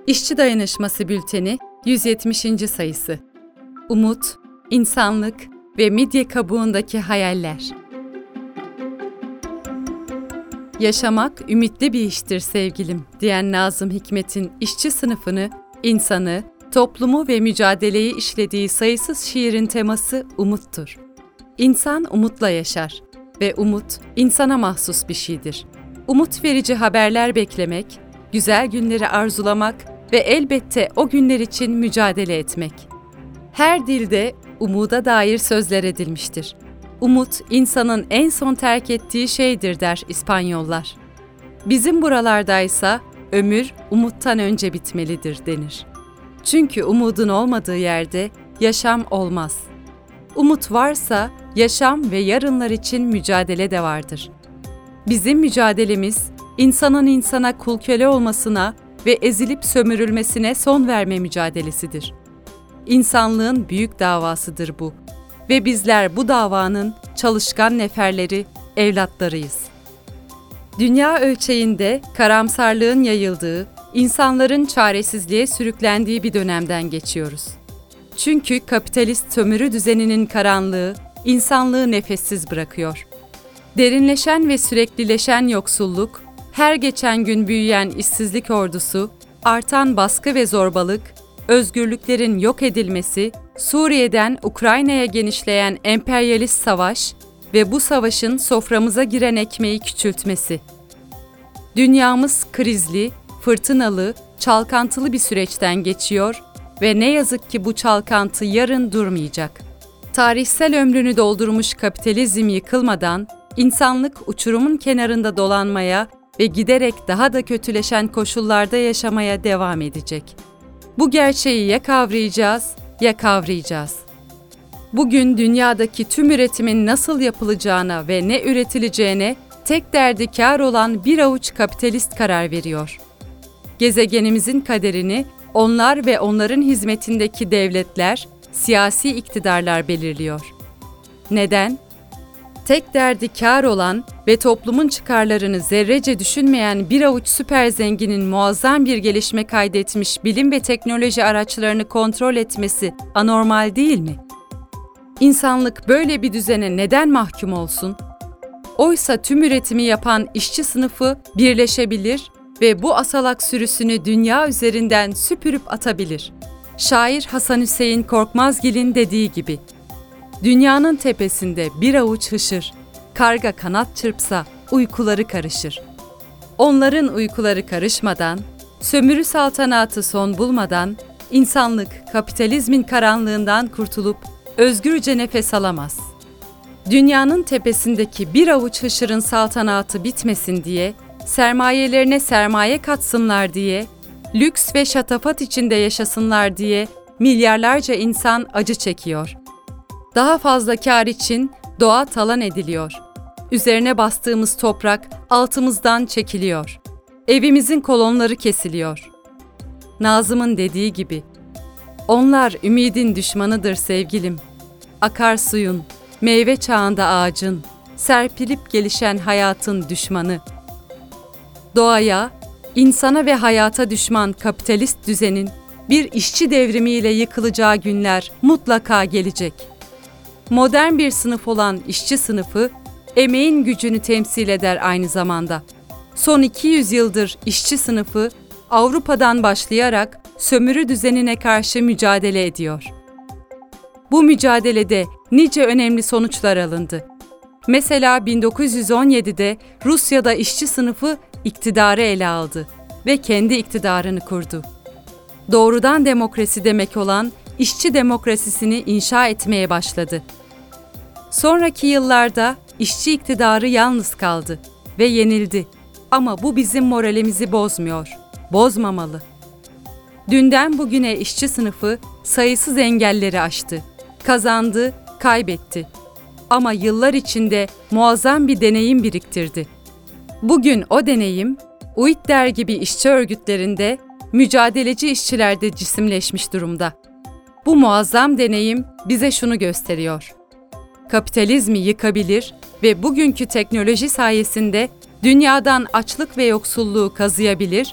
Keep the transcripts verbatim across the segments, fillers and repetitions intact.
İşçi Dayanışması Bülteni yüz yetmişinci sayısı. Umut, insanlık ve midye kabuğundaki hayaller. Yaşamak ümitli bir iştir sevgilim, diyen Nazım Hikmet'in işçi sınıfını, insanı, toplumu ve mücadeleyi işlediği sayısız şiirin teması umuttur. İnsan umutla yaşar ve umut insana mahsus bir şeydir. Umut verici haberler beklemek, güzel günleri arzulamak ve elbette o günler için mücadele etmek. Her dilde umuda dair sözler edilmiştir. Umut, insanın en son terk ettiği şeydir der İspanyollar. Bizim buralardaysa ömür umuttan önce bitmelidir denir. Çünkü umudun olmadığı yerde yaşam olmaz. Umut varsa yaşam ve yarınlar için mücadele de vardır. Bizim mücadelemiz, insanın insana kul köle olmasına ve ezilip sömürülmesine son verme mücadelesidir. İnsanlığın büyük davasıdır bu ve bizler bu davanın çalışkan neferleri, evlatlarıyız. Dünya ölçeğinde karamsarlığın yayıldığı, insanların çaresizliğe sürüklendiği bir dönemden geçiyoruz. Çünkü kapitalist sömürü düzeninin karanlığı, insanlığı nefessiz bırakıyor. Derinleşen ve süreklileşen yoksulluk, her geçen gün büyüyen işsizlik ordusu, artan baskı ve zorbalık, özgürlüklerin yok edilmesi, Suriye'den Ukrayna'ya genişleyen emperyalist savaş ve bu savaşın soframıza giren ekmeği küçültmesi. Dünyamız krizli, fırtınalı, çalkantılı bir süreçten geçiyor ve ne yazık ki bu çalkantı yarın durmayacak. Tarihsel ömrünü doldurmuş kapitalizm yıkılmadan, insanlık uçurumun kenarında dolanmaya ve giderek daha da kötüleşen koşullarda yaşamaya devam edecek. Bu gerçeği ya kavrayacağız ya kavrayacağız. Bugün dünyadaki tüm üretimin nasıl yapılacağına ve ne üretileceğine tek derdi kâr olan bir avuç kapitalist karar veriyor. Gezegenimizin kaderini onlar ve onların hizmetindeki devletler, siyasi iktidarlar belirliyor. Neden? Tek derdi kâr olan ve toplumun çıkarlarını zerrece düşünmeyen bir avuç süper zenginin muazzam bir gelişme kaydetmiş bilim ve teknoloji araçlarını kontrol etmesi anormal değil mi? İnsanlık böyle bir düzene neden mahkum olsun? Oysa tüm üretimi yapan işçi sınıfı birleşebilir ve bu asalak sürüsünü dünya üzerinden süpürüp atabilir. Şair Hasan Hüseyin Korkmazgil'in dediği gibi, dünyanın tepesinde bir avuç hışır, karga kanat çırpsa uykuları karışır. Onların uykuları karışmadan, sömürü saltanatı son bulmadan, insanlık kapitalizmin karanlığından kurtulup özgürce nefes alamaz. Dünyanın tepesindeki bir avuç hışırın saltanatı bitmesin diye, sermayelerine sermaye katsınlar diye, lüks ve şatafat içinde yaşasınlar diye milyarlarca insan acı çekiyor. Daha fazla kâr için doğa talan ediliyor. Üzerine bastığımız toprak altımızdan çekiliyor. Evimizin kolonları kesiliyor. Nazım'ın dediği gibi, onlar ümidin düşmanıdır sevgilim. Akarsuyun, meyve çağında ağacın, serpilip gelişen hayatın düşmanı. Doğaya, insana ve hayata düşman kapitalist düzenin bir işçi devrimiyle yıkılacağı günler mutlaka gelecek. Modern bir sınıf olan işçi sınıfı, emeğin gücünü temsil eder aynı zamanda. Son iki yüz yıldır işçi sınıfı, Avrupa'dan başlayarak sömürü düzenine karşı mücadele ediyor. Bu mücadelede nice önemli sonuçlar alındı. Mesela bin dokuz yüz on yedide Rusya'da işçi sınıfı iktidarı ele aldı ve kendi iktidarını kurdu. Doğrudan demokrasi demek olan işçi demokrasisini inşa etmeye başladı. Sonraki yıllarda işçi iktidarı yalnız kaldı ve yenildi. Ama bu bizim moralimizi bozmuyor, bozmamalı. Dünden bugüne işçi sınıfı sayısız engelleri aştı, kazandı, kaybetti. Ama yıllar içinde muazzam bir deneyim biriktirdi. Bugün o deneyim, U İ T D E R gibi işçi örgütlerinde, mücadeleci işçilerde cisimleşmiş durumda. Bu muazzam deneyim bize şunu gösteriyor. Kapitalizmi yıkabilir ve bugünkü teknoloji sayesinde dünyadan açlık ve yoksulluğu kazıyabilir,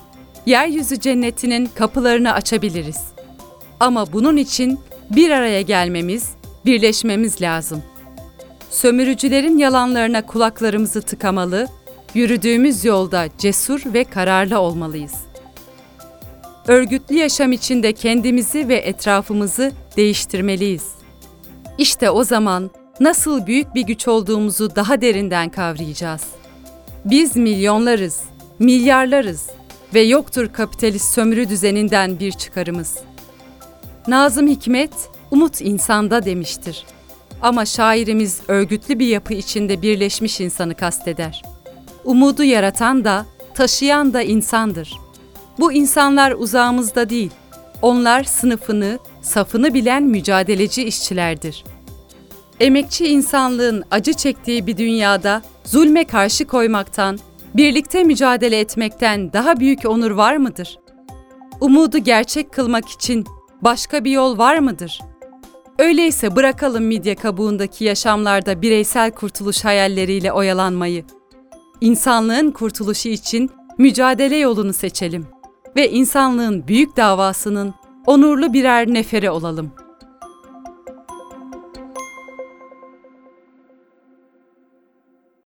yeryüzü cennetinin kapılarını açabiliriz. Ama bunun için bir araya gelmemiz, birleşmemiz lazım. Sömürücülerin yalanlarına kulaklarımızı tıkamalı, yürüdüğümüz yolda cesur ve kararlı olmalıyız. Örgütlü yaşam içinde kendimizi ve etrafımızı değiştirmeliyiz. İşte o zaman nasıl büyük bir güç olduğumuzu daha derinden kavrayacağız. Biz milyonlarız, milyarlarız ve yoktur kapitalist sömürü düzeninden bir çıkarımız. Nazım Hikmet, umut insanda demiştir. Ama şairimiz örgütlü bir yapı içinde birleşmiş insanı kasteder. Umudu yaratan da, taşıyan da insandır. Bu insanlar uzağımızda değil, onlar sınıfını, safını bilen mücadeleci işçilerdir. Emekçi insanlığın acı çektiği bir dünyada zulme karşı koymaktan, birlikte mücadele etmekten daha büyük onur var mıdır? Umudu gerçek kılmak için başka bir yol var mıdır? Öyleyse bırakalım midye kabuğundaki yaşamlarda bireysel kurtuluş hayalleriyle oyalanmayı. İnsanlığın kurtuluşu için mücadele yolunu seçelim ve insanlığın büyük davasının onurlu birer neferi olalım.